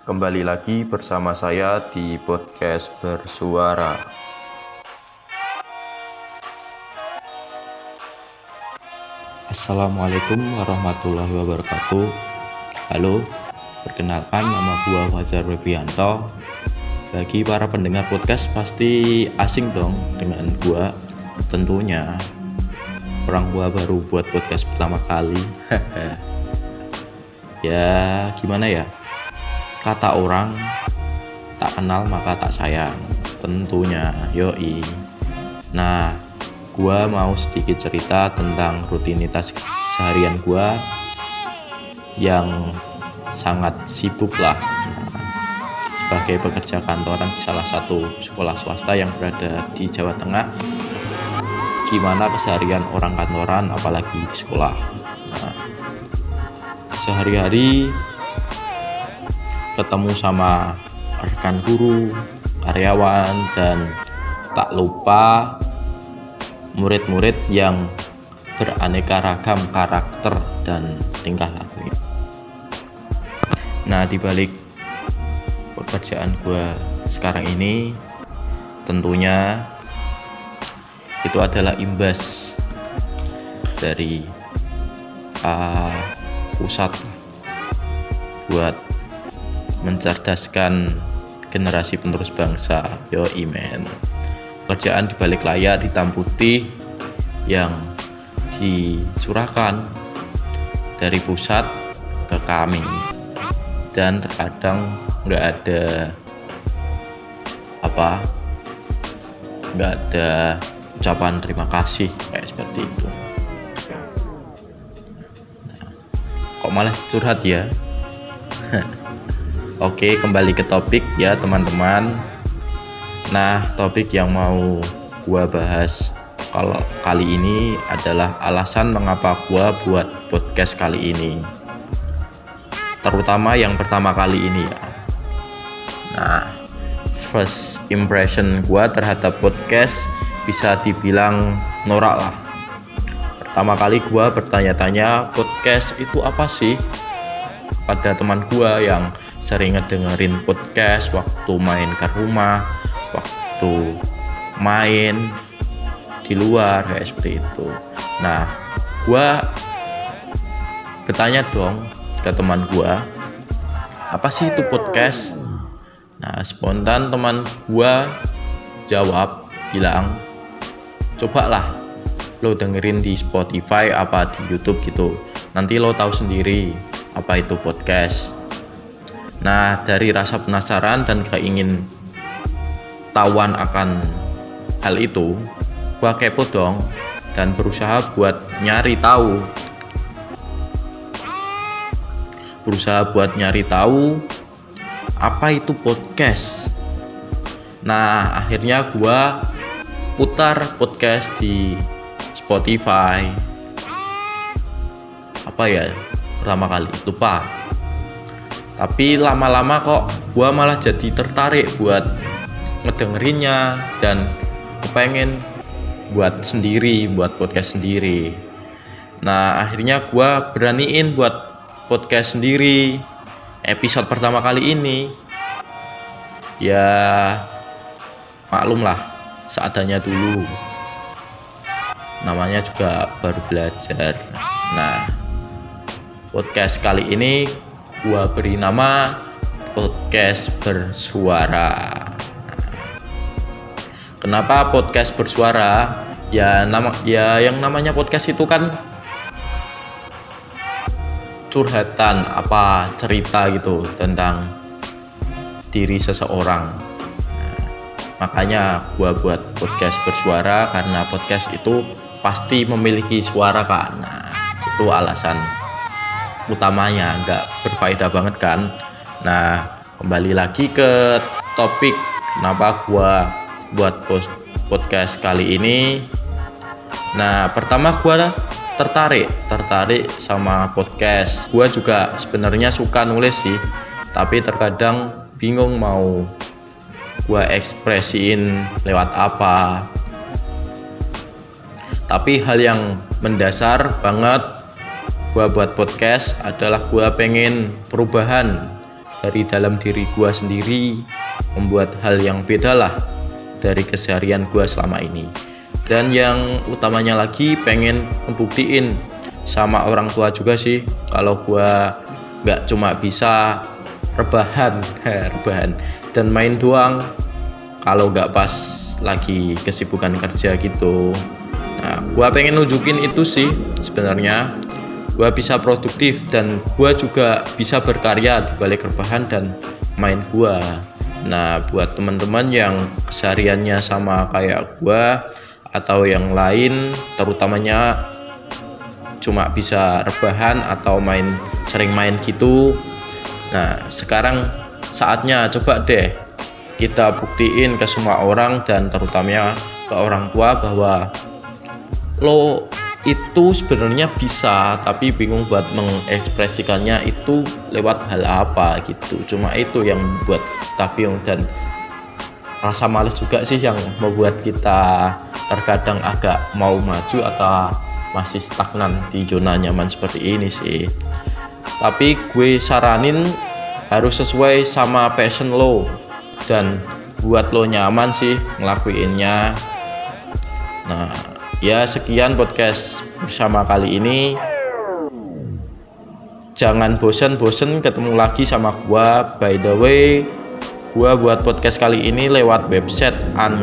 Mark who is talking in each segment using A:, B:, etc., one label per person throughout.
A: Kembali lagi bersama saya di podcast Bersuara.
B: Assalamualaikum warahmatullahi wabarakatuh. Halo, perkenalkan nama gua Fajar Webianto. Bagi para pendengar podcast pasti asing dong dengan gua. Tentunya orang gua baru buat podcast pertama kali. Ya gimana ya, kata orang tak kenal maka tak sayang. Tentunya yoi. Nah, gua mau sedikit cerita tentang rutinitas seharian gua yang sangat sibuk lah. Sebagai pekerja kantoran di salah satu sekolah swasta yang berada di Jawa Tengah, gimana keseharian orang kantoran apalagi di sekolah. Nah, sehari-hari ketemu sama rekan guru, karyawan, dan tak lupa murid-murid yang beraneka ragam karakter dan tingkah laku. Nah, di balik pekerjaan gue sekarang ini, tentunya itu adalah imbas dari pusat buat mencerdaskan generasi penerus bangsa. Yoi men. Pekerjaan di balik layar hitam putih yang dicurahkan dari pusat ke kami, dan terkadang nggak ada ucapan terima kasih kayak seperti itu. Nah, kok malah curhat ya? Oke, kembali ke topik ya teman-teman. Nah, topik yang mau gua bahas kalau kali ini adalah alasan mengapa gua buat podcast kali ini. Terutama yang pertama kali ini ya. Nah, first impression gua terhadap podcast bisa dibilang norak lah. Pertama kali gua bertanya-tanya, podcast itu apa sih? Pada teman gua yang sering ngedengerin podcast waktu main ke rumah, waktu main di luar kayak seperti itu. Nah, gua bertanya dong ke teman gua, apa sih itu podcast? Nah, spontan teman gua jawab, bilang, cobalah lo dengerin di Spotify apa di YouTube gitu, nanti lo tahu sendiri apa itu podcast. Nah, dari rasa penasaran dan keingin tahuan akan hal itu, gua kepo dong dan berusaha buat nyari tahu apa itu podcast. Nah, akhirnya gua putar podcast di Spotify. Apa ya? Pertama kali lupa. Tapi lama-lama kok gua malah jadi tertarik buat ngedengerinnya dan kepengen buat podcast sendiri. Nah, akhirnya gua beraniin buat podcast sendiri. Episode pertama kali ini ya maklum lah, seadanya dulu. Namanya juga baru belajar. Nah, podcast kali ini gua beri nama podcast Bersuara. Kenapa podcast bersuara? Yang namanya podcast itu kan curhatan, apa cerita gitu tentang diri seseorang. Nah, makanya gua buat podcast bersuara karena podcast itu pasti memiliki suara kan. Nah, itu alasan utamanya, nggak berfaedah banget kan. Nah, kembali lagi ke topik kenapa gua buat podcast kali ini. Nah, pertama gua tertarik sama podcast. Gua juga sebenarnya suka nulis sih, tapi terkadang bingung mau gua ekspresiin lewat apa. Tapi hal yang mendasar banget gua buat podcast adalah gua pengen perubahan dari dalam diri gue sendiri, membuat hal yang beda lah dari keseharian gue selama ini. Dan yang utamanya lagi pengen ngebuktiin sama orang tua juga sih, kalau gue gak cuma bisa rebahan dan main doang kalau gak pas lagi kesibukan kerja gitu. Nah, gue pengen nunjukin itu sih sebenarnya. Gue bisa produktif dan gue juga bisa berkarya di balik rebahan dan main gue. Nah, buat teman-teman yang kesehariannya sama kayak gue atau yang lain, terutamanya cuma bisa rebahan atau sering main gitu. Nah, sekarang saatnya coba deh kita buktiin ke semua orang dan terutamanya ke orang tua bahwa lo itu sebenarnya bisa, tapi bingung buat mengekspresikannya itu lewat hal apa gitu. Cuma itu yang membuat kita bingung, dan rasa malas juga sih yang membuat kita terkadang agak mau maju atau masih stagnan di zona nyaman seperti ini sih. Tapi gue saranin harus sesuai sama passion lo dan buat lo nyaman sih ngelakuinnya. Nah, ya sekian podcast bersama kali ini. Jangan bosen-bosen ketemu lagi sama gua. By the way, gua buat podcast kali ini lewat website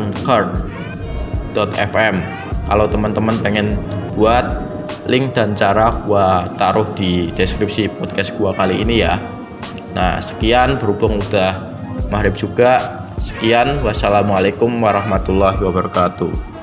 B: anchor.fm. Kalau teman-teman pengen buat, link dan cara gua taruh di deskripsi podcast gua kali ini ya. Nah, sekian, berhubung udah maghrib juga. Sekian, wassalamualaikum warahmatullahi wabarakatuh.